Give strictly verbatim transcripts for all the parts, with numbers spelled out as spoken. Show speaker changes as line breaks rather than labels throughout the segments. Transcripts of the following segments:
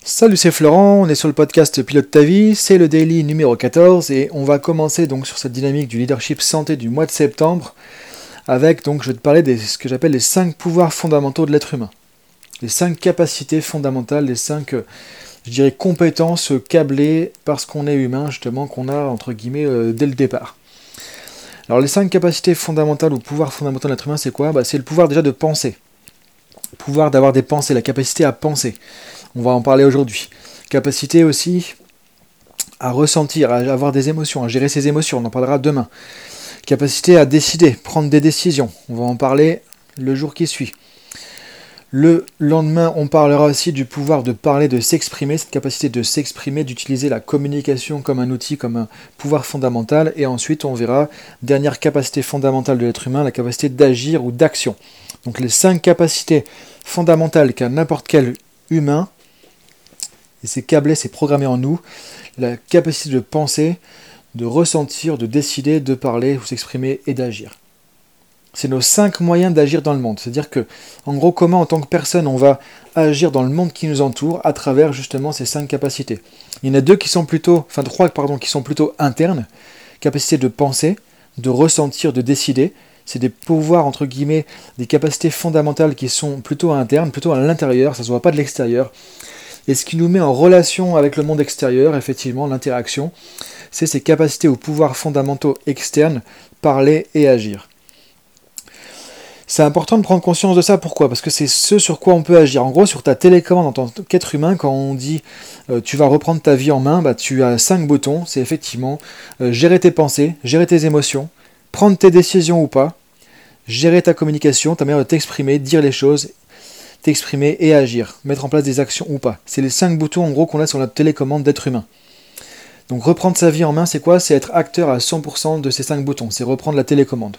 Salut, c'est Florent, on est sur le podcast Pilote ta vie, c'est le daily numéro quatorze et on va commencer donc sur cette dynamique du leadership santé du mois de septembre avec donc je vais te parler de ce que j'appelle les cinq pouvoirs fondamentaux de l'être humain. Les cinq capacités fondamentales, les cinq, je dirais, compétences câblées parce qu'on est humain justement qu'on a entre guillemets euh, dès le départ. Alors les cinq capacités fondamentales ou pouvoirs fondamentaux de l'être humain, c'est quoi ? Bah, c'est le pouvoir déjà de penser, le pouvoir d'avoir des pensées, la capacité à penser. On va en parler aujourd'hui. Capacité aussi à ressentir, à avoir des émotions, à gérer ses émotions, on en parlera demain. Capacité à décider, prendre des décisions, on va en parler le jour qui suit. Le lendemain, on parlera aussi du pouvoir de parler, de s'exprimer, cette capacité de s'exprimer, d'utiliser la communication comme un outil, comme un pouvoir fondamental. Et ensuite, on verra, dernière capacité fondamentale de l'être humain, la capacité d'agir ou d'action. Donc les cinq capacités fondamentales qu'a n'importe quel humain, et c'est câblé, c'est programmé en nous, la capacité de penser, de ressentir, de décider, de parler, ou s'exprimer et d'agir. C'est nos cinq moyens d'agir dans le monde. C'est-à-dire que, en gros, comment en tant que personne on va agir dans le monde qui nous entoure à travers justement ces cinq capacités. Il y en a deux qui sont plutôt, enfin trois pardon, qui sont plutôt internes. Capacité de penser, de ressentir, de décider. C'est des pouvoirs, entre guillemets, des capacités fondamentales qui sont plutôt internes, plutôt à l'intérieur, ça ne se voit pas de l'extérieur. Et ce qui nous met en relation avec le monde extérieur, effectivement, l'interaction, c'est ces capacités ou pouvoirs fondamentaux externes, parler et agir. C'est important de prendre conscience de ça, pourquoi ? Parce que c'est ce sur quoi on peut agir. En gros, sur ta télécommande en tant qu'être humain, quand on dit euh, tu vas reprendre ta vie en main, bah, tu as cinq boutons, c'est effectivement euh, gérer tes pensées, gérer tes émotions, prendre tes décisions ou pas, gérer ta communication, ta manière de t'exprimer, dire les choses, t'exprimer et agir, mettre en place des actions ou pas. C'est les cinq boutons en gros qu'on a sur notre télécommande d'être humain. Donc reprendre sa vie en main, c'est quoi ? C'est être acteur à cent pour cent de ces cinq boutons, c'est reprendre la télécommande.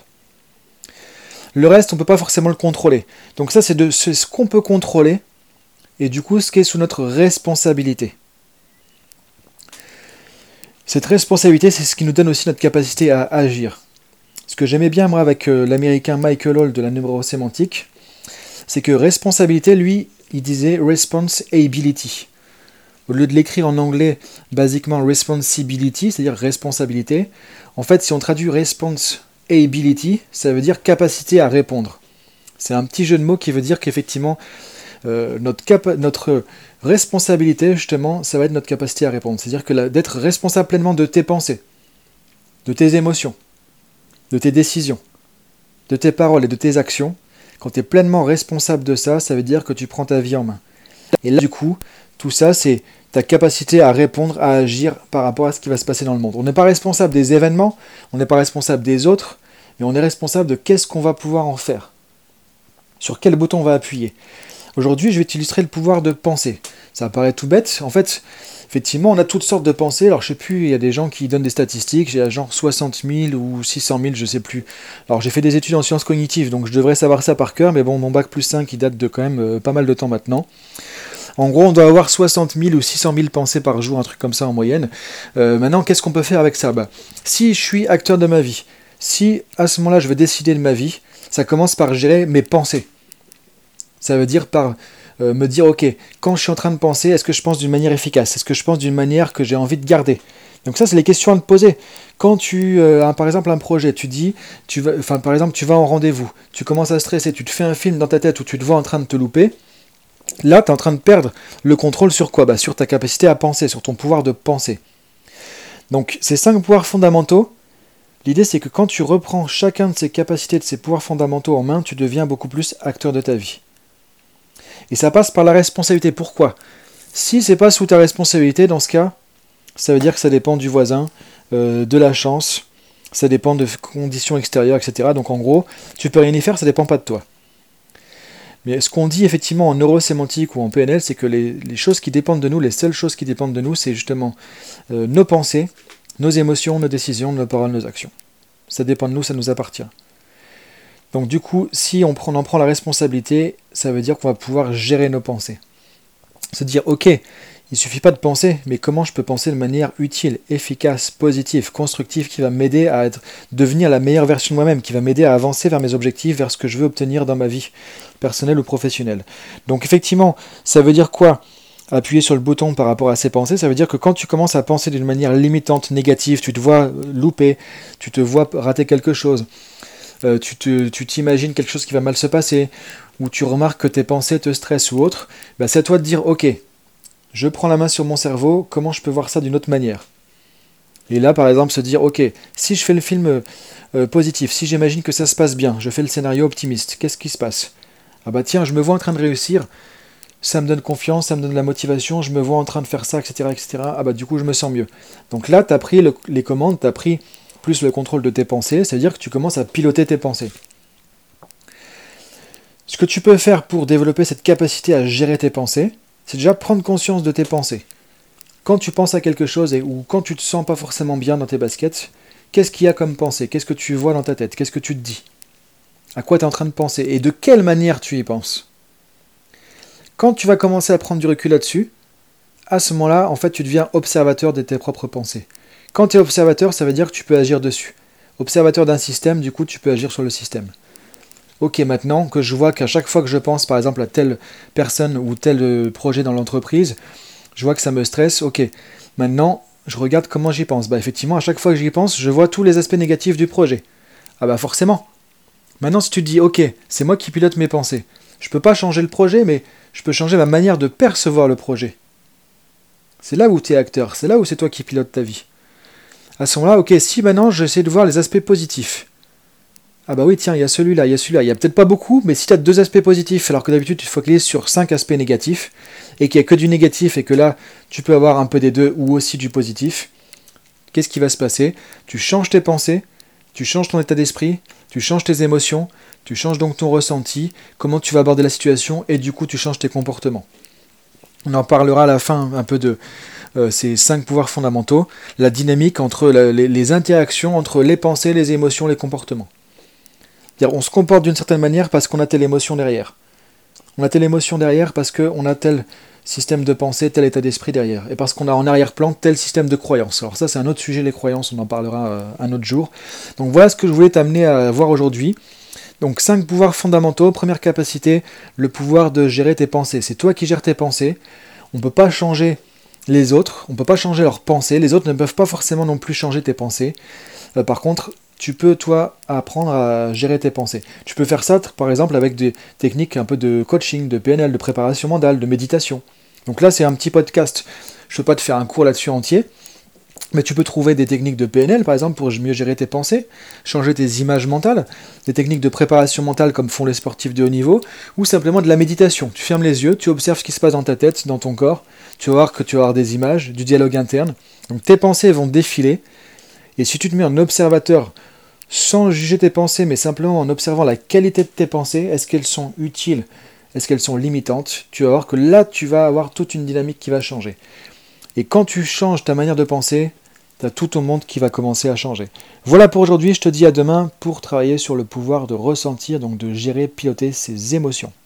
Le reste, on ne peut pas forcément le contrôler. Donc ça, c'est, de, c'est ce qu'on peut contrôler, et du coup, ce qui est sous notre responsabilité. Cette responsabilité, c'est ce qui nous donne aussi notre capacité à agir. Ce que j'aimais bien, moi, avec euh, l'américain Michael Hall de la neurosémantique, c'est que responsabilité, lui, il disait responsibility. Au lieu de l'écrire en anglais, basiquement responsibility, c'est-à-dire responsabilité, en fait, si on traduit responsibility, ça veut dire capacité à répondre. C'est un petit jeu de mots qui veut dire qu'effectivement, euh, notre, capa- notre responsabilité, justement, ça va être notre capacité à répondre. C'est-à-dire que la, d'être responsable pleinement de tes pensées, de tes émotions, de tes décisions, de tes paroles et de tes actions. Quand tu es pleinement responsable de ça, ça veut dire que tu prends ta vie en main. Et là, du coup, tout ça, c'est ta capacité à répondre, à agir par rapport à ce qui va se passer dans le monde. On n'est pas responsable des événements, on n'est pas responsable des autres, mais on est responsable de qu'est-ce qu'on va pouvoir en faire. Sur quel bouton on va appuyer. Aujourd'hui, je vais t'illustrer le pouvoir de penser. Ça paraît tout bête. En fait, effectivement, on a toutes sortes de pensées. Alors, je sais plus, il y a des gens qui donnent des statistiques. J'ai genre soixante mille ou six cent mille, je sais plus. Alors, j'ai fait des études en sciences cognitives, donc je devrais savoir ça par cœur. Mais bon, mon bac plus cinq, il date de quand même euh, pas mal de temps maintenant. En gros, on doit avoir soixante mille ou six cent mille pensées par jour, un truc comme ça en moyenne. Euh, maintenant, qu'est-ce qu'on peut faire avec ça ? Bah, si je suis acteur de ma vie, si à ce moment-là, je veux décider de ma vie, ça commence par gérer mes pensées. Ça veut dire par... Euh, me dire, ok, quand je suis en train de penser, est-ce que je pense d'une manière efficace ? Est-ce que je pense d'une manière que j'ai envie de garder ? Donc ça, c'est les questions à te poser. Quand tu euh, as par exemple un projet, tu dis, tu vas, enfin par exemple, tu vas en rendez-vous, tu commences à stresser, tu te fais un film dans ta tête où tu te vois en train de te louper, là, tu es en train de perdre le contrôle sur quoi ? Bah, sur ta capacité à penser, sur ton pouvoir de penser. Donc ces cinq pouvoirs fondamentaux, l'idée c'est que quand tu reprends chacun de ces capacités, de ces pouvoirs fondamentaux en main, tu deviens beaucoup plus acteur de ta vie. Et ça passe par la responsabilité. Pourquoi ? Si c'est pas sous ta responsabilité, dans ce cas, ça veut dire que ça dépend du voisin, euh, de la chance, ça dépend de conditions extérieures, et cetera. Donc en gros, tu peux rien y faire, ça dépend pas de toi. Mais ce qu'on dit effectivement en neurosémantique ou en P N L, c'est que les, les choses qui dépendent de nous, les seules choses qui dépendent de nous, c'est justement euh, nos pensées, nos émotions, nos décisions, nos paroles, nos actions. Ça dépend de nous, ça nous appartient. Donc du coup, si on, prend, on en prend la responsabilité, ça veut dire qu'on va pouvoir gérer nos pensées. Se dire, ok, il ne suffit pas de penser, mais comment je peux penser de manière utile, efficace, positive, constructive, qui va m'aider à être, devenir la meilleure version de moi-même, qui va m'aider à avancer vers mes objectifs, vers ce que je veux obtenir dans ma vie personnelle ou professionnelle. Donc effectivement, ça veut dire quoi ? appuyer sur le bouton par rapport à ses pensées, ça veut dire que quand tu commences à penser d'une manière limitante, négative, tu te vois louper, tu te vois rater quelque chose, euh, tu, te, tu t'imagines quelque chose qui va mal se passer, ou tu remarques que tes pensées te stressent ou autre, bah c'est à toi de dire ok, je prends la main sur mon cerveau, comment je peux voir ça d'une autre manière? Et là par exemple se dire ok, si je fais le film euh, positif, si j'imagine que ça se passe bien, je fais le scénario optimiste, qu'est-ce qui se passe? Ah bah tiens, je me vois en train de réussir, ça me donne confiance, ça me donne la motivation, je me vois en train de faire ça, et cetera et cetera. Ah bah du coup je me sens mieux. Donc là tu as pris le, les commandes, tu as pris plus le contrôle de tes pensées, c'est-à-dire que tu commences à piloter tes pensées. Ce que tu peux faire pour développer cette capacité à gérer tes pensées, c'est déjà prendre conscience de tes pensées. Quand tu penses à quelque chose et, ou quand tu te sens pas forcément bien dans tes baskets, qu'est-ce qu'il y a comme pensée? Qu'est-ce que tu vois dans ta tête? Qu'est-ce que tu te dis? À quoi tu es en train de penser? Et de quelle manière tu y penses? Quand tu vas commencer à prendre du recul là-dessus, à ce moment-là, en fait, tu deviens observateur de tes propres pensées. Quand tu es observateur, ça veut dire que tu peux agir dessus. Observateur d'un système, du coup, tu peux agir sur le système. Ok, maintenant que je vois qu'à chaque fois que je pense, par exemple, à telle personne ou tel projet dans l'entreprise, je vois que ça me stresse, ok, maintenant, je regarde comment j'y pense. Bah effectivement, à chaque fois que j'y pense, je vois tous les aspects négatifs du projet. Ah bah forcément. Maintenant, si tu te dis, ok, c'est moi qui pilote mes pensées, je peux pas changer le projet, mais je peux changer ma manière de percevoir le projet. C'est là où tu es acteur, c'est là où c'est toi qui pilotes ta vie. À ce moment-là, ok, si maintenant j'essaie de voir les aspects positifs. Ah bah oui, tiens, il y a celui-là, il y a celui-là. Il y a peut-être pas beaucoup, mais si tu as deux aspects positifs, alors que d'habitude tu te focalises sur cinq aspects négatifs, et qu'il n'y a que du négatif, et que là, tu peux avoir un peu des deux, ou aussi du positif, qu'est-ce qui va se passer? Tu changes tes pensées, tu changes ton état d'esprit, tu changes tes émotions, tu changes donc ton ressenti, comment tu vas aborder la situation, et du coup tu changes tes comportements. On en parlera à la fin un peu de euh, ces cinq pouvoirs fondamentaux, la dynamique entre la, les, les interactions entre les pensées, les émotions, les comportements. C'est-à-dire, on se comporte d'une certaine manière parce qu'on a telle émotion derrière. On a telle émotion derrière parce qu'on a tel système de pensée, tel état d'esprit derrière. Et parce qu'on a en arrière-plan tel système de croyances. Alors ça, c'est un autre sujet, les croyances, on en parlera euh, un autre jour. Donc voilà ce que je voulais t'amener à voir aujourd'hui. Donc cinq pouvoirs fondamentaux. Première capacité, le pouvoir de gérer tes pensées. C'est toi qui gères tes pensées. On ne peut pas changer les autres, on ne peut pas changer leurs pensées. Les autres ne peuvent pas forcément non plus changer tes pensées. Euh, par contre, tu peux, toi, apprendre à gérer tes pensées. Tu peux faire ça, par exemple, avec des techniques un peu de coaching, de P N L, de préparation mentale, de méditation. Donc là, c'est un petit podcast. Je ne peux pas te faire un cours là-dessus entier, mais tu peux trouver des techniques de P N L, par exemple, pour mieux gérer tes pensées, changer tes images mentales, des techniques de préparation mentale comme font les sportifs de haut niveau, ou simplement de la méditation. Tu fermes les yeux, tu observes ce qui se passe dans ta tête, dans ton corps, tu vas voir que tu vas avoir des images, du dialogue interne. Donc tes pensées vont défiler, et si tu te mets en observateur, sans juger tes pensées, mais simplement en observant la qualité de tes pensées, est-ce qu'elles sont utiles, est-ce qu'elles sont limitantes, tu vas voir que là, tu vas avoir toute une dynamique qui va changer. Et quand tu changes ta manière de penser, tu as tout ton monde qui va commencer à changer. Voilà pour aujourd'hui, je te dis à demain pour travailler sur le pouvoir de ressentir, donc de gérer, piloter ses émotions.